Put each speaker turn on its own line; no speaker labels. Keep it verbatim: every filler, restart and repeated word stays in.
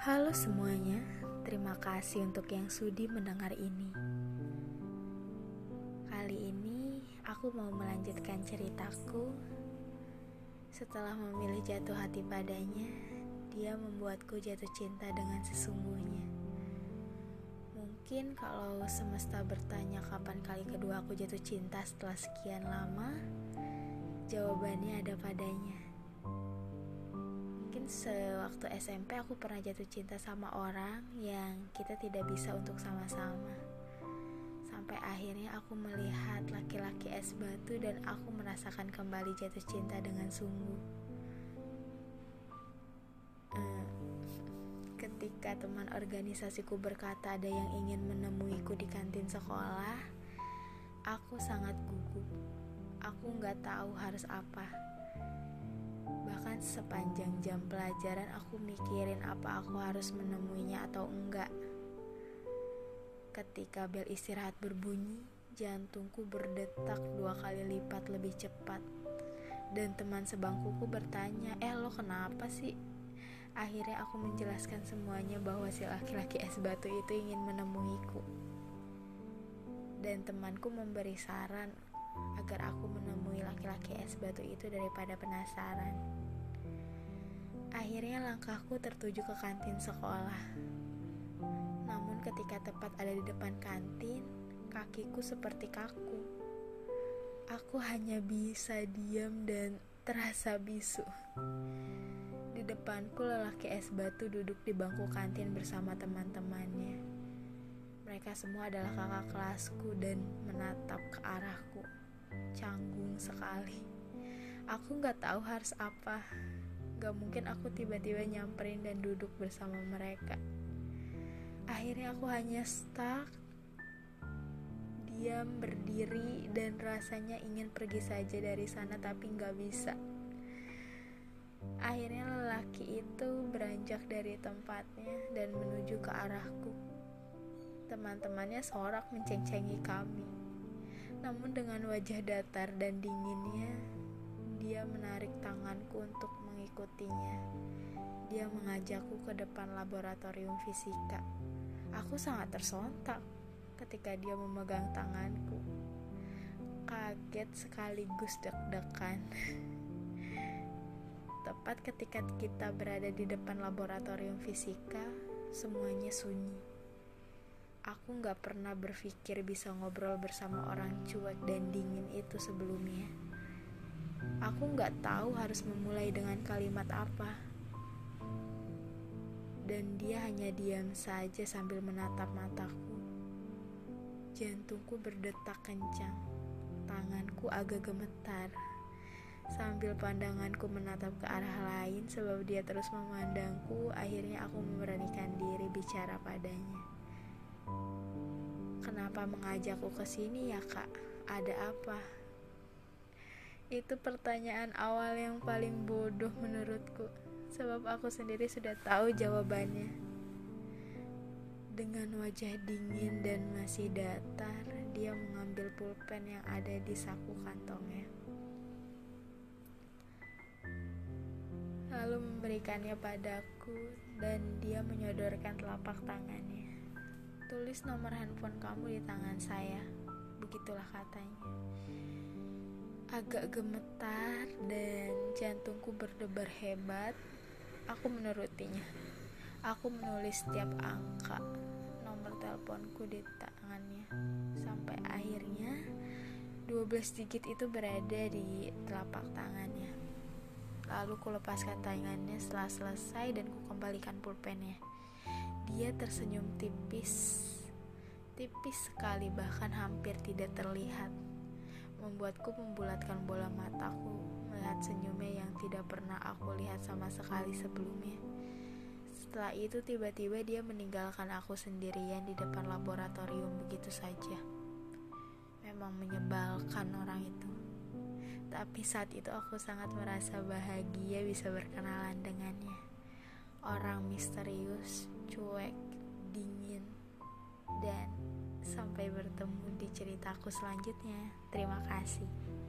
Halo semuanya, terima kasih untuk yang sudi mendengar ini. Kali ini aku mau melanjutkan ceritaku. Setelah memilih jatuh hati padanya, dia membuatku jatuh cinta dengan sesungguhnya. Mungkin kalau semesta bertanya kapan kali kedua aku jatuh cinta setelah sekian lama, jawabannya ada padanya. Mungkin sewaktu S M P aku pernah jatuh cinta sama orang yang kita tidak bisa untuk sama-sama. Sampai akhirnya aku melihat laki-laki es batu dan aku merasakan kembali jatuh cinta dengan sungguh. Eh, ketika teman organisasiku berkata ada yang ingin menemuiku di kantin sekolah, aku sangat gugup. Aku gak tahu harus apa. Bahkan sepanjang jam pelajaran aku mikirin apa aku harus menemuinya atau enggak. Ketika bel istirahat berbunyi, jantungku berdetak dua kali lipat lebih cepat. Dan teman sebangkuku bertanya, eh lo kenapa sih? Akhirnya aku menjelaskan semuanya bahwa si laki-laki es batu itu ingin menemuiku. Dan temanku memberi saran agar aku menemui laki-laki es batu itu daripada penasaran. Akhirnya langkahku tertuju ke kantin sekolah. Namun ketika tepat ada di depan kantin, kakiku seperti kaku. Aku hanya bisa diam dan terasa bisu. Di depanku lelaki es batu duduk di bangku kantin bersama teman-temannya. Mereka semua adalah kakak kelasku dan menatap ke arahku. Canggung sekali. Aku gak tahu harus apa. Gak mungkin aku tiba-tiba nyamperin dan duduk bersama mereka. Akhirnya aku hanya stuck, diam, berdiri, dan rasanya ingin pergi saja dari sana tapi gak bisa. Akhirnya lelaki itu beranjak dari tempatnya dan menuju ke arahku. Teman-temannya sorak menceng-cengi kami. Namun dengan wajah datar dan dinginnya, dia menarik tanganku untuk mengikutinya. Dia mengajakku ke depan laboratorium fisika. Aku sangat tersontak ketika dia memegang tanganku. Kaget sekaligus deg-degan. Tepat ketika kita berada di depan laboratorium fisika, semuanya sunyi. Aku gak pernah berpikir bisa ngobrol bersama orang cuek dan dingin itu sebelumnya. Aku gak tahu harus memulai dengan kalimat apa. Dan dia hanya diam saja sambil menatap mataku. Jantungku berdetak kencang. Tanganku agak gemetar. Sambil pandanganku menatap ke arah lain sebab dia terus memandangku, akhirnya aku memberanikan diri bicara padanya. Kenapa mengajakku ke sini ya kak? Ada apa? Itu pertanyaan awal yang paling bodoh menurutku, sebab aku sendiri sudah tahu jawabannya. Dengan wajah dingin dan masih datar, dia mengambil pulpen yang ada di saku kantongnya. Lalu memberikannya padaku dan dia menyodorkan telapak tangannya. Tulis nomor handphone kamu di tangan saya, begitulah katanya. Agak gemetar dan jantungku berdebar hebat. Aku menurutinya. Aku menulis setiap angka nomor teleponku di tangannya. Sampai akhirnya dua belas digit itu berada di telapak tangannya. Lalu ku lepaskan tangannya setelah selesai dan ku kembalikan pulpennya. Dia tersenyum tipis, tipis sekali bahkan hampir tidak terlihat, membuatku membulatkan bola mataku melihat senyumnya yang tidak pernah aku lihat sama sekali sebelumnya. Setelah itu tiba-tiba dia meninggalkan aku sendirian di depan laboratorium begitu saja. Memang menyebalkan orang itu. Tapi saat itu aku sangat merasa bahagia bisa berkenalan dengannya. Orang misterius, cuek, dingin, dan sampai bertemu di ceritaku selanjutnya. Terima kasih.